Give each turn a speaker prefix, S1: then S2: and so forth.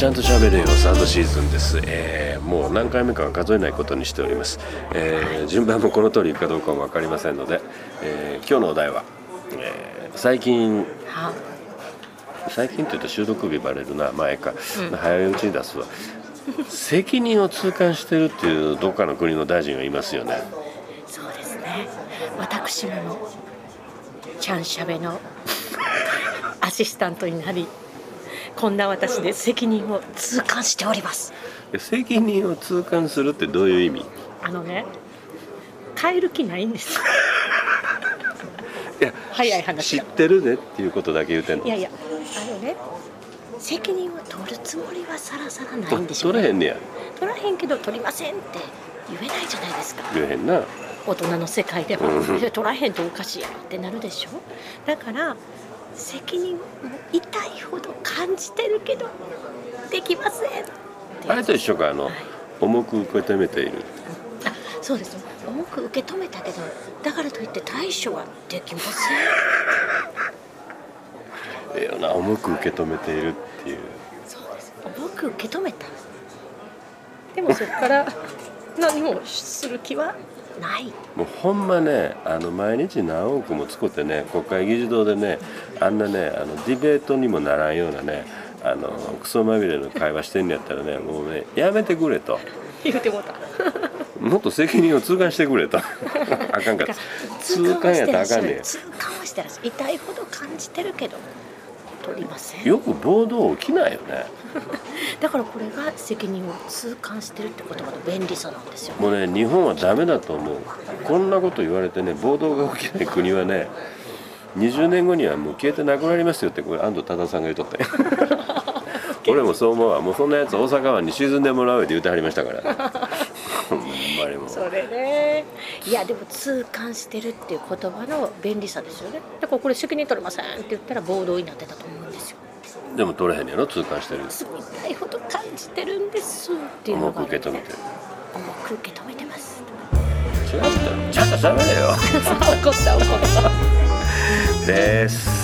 S1: ちゃんと喋れよサードシーズンです。もう何回目かは数えないことにしております。順番もこの通りいくかどうかも分かりませんので、今日のお題は、最近って言うと収録日バレるな、前か、早いうちに出すわ。責任を痛感してるっていうどっかの国の大臣がいますよね。
S2: そうですね。私もちゃんしゃべのアシスタントになり、こんな私で責任を痛感しております。
S1: 責任を痛感するってどういう意味？
S2: 変える気ないんです
S1: いや、
S2: 早い話
S1: 知ってるねっていうことだけ言うてんの。
S2: いや責任を取るつもりはさらさらないんでしょうね。
S1: 取れへんねや。
S2: 取らへんけど取りませんって言えないじゃないですか。
S1: 言えへんな。
S2: 大人の世界では取らへんとおかしいやろってなるでしょ。だから責任を痛いほど感じてるけどできません。
S1: あれと一緒か、重く受け止めている。
S2: そうです。重く受け止めたけど、だからといって対処はできません。
S1: 重く受け止めているっていう。
S2: そうです。重く受け止めた。でもそこから何もする気はない。
S1: もうほんまね、毎日何億も使ってね、国会議事堂でね、あんなね、ディベートにもならんようなね、クソまみれの会話してんのやったらね、もうね、やめてくれと。
S2: 言うてもうた。
S1: もっと責任を痛感してくれと。あかんから。痛感やったらあかんねん。
S2: 痛感はしてらっしゃる。痛いほど感じてるけど取りません。
S1: よく暴動起きないよね。
S2: だからこれが責任を痛感してるって言葉の便利さなんですよ。
S1: もうね、日本はダメだと思う。こんなこと言われてね、暴動が起きない国はね、20年後にはもう消えてなくなりますよって、これ安藤忠さんが言うとったよ。俺もそう思うわ。もうそんなやつ大阪湾に沈んでもらうって言ってはりましたから。ほんまにもう。
S2: それね。いやでも痛感してるっていう言葉の便利さですよね。だからこれ責任取れませんって言ったら暴動になってたと思うんですよ。
S1: でも取れへんやろ、痛感してる。
S2: すごい痛いほど感じてるんですっていうのが、
S1: 重く受け止めてる。
S2: 重く受け止めてます。
S1: 違うってちゃんと喋れよ。
S2: 怒った。
S1: です。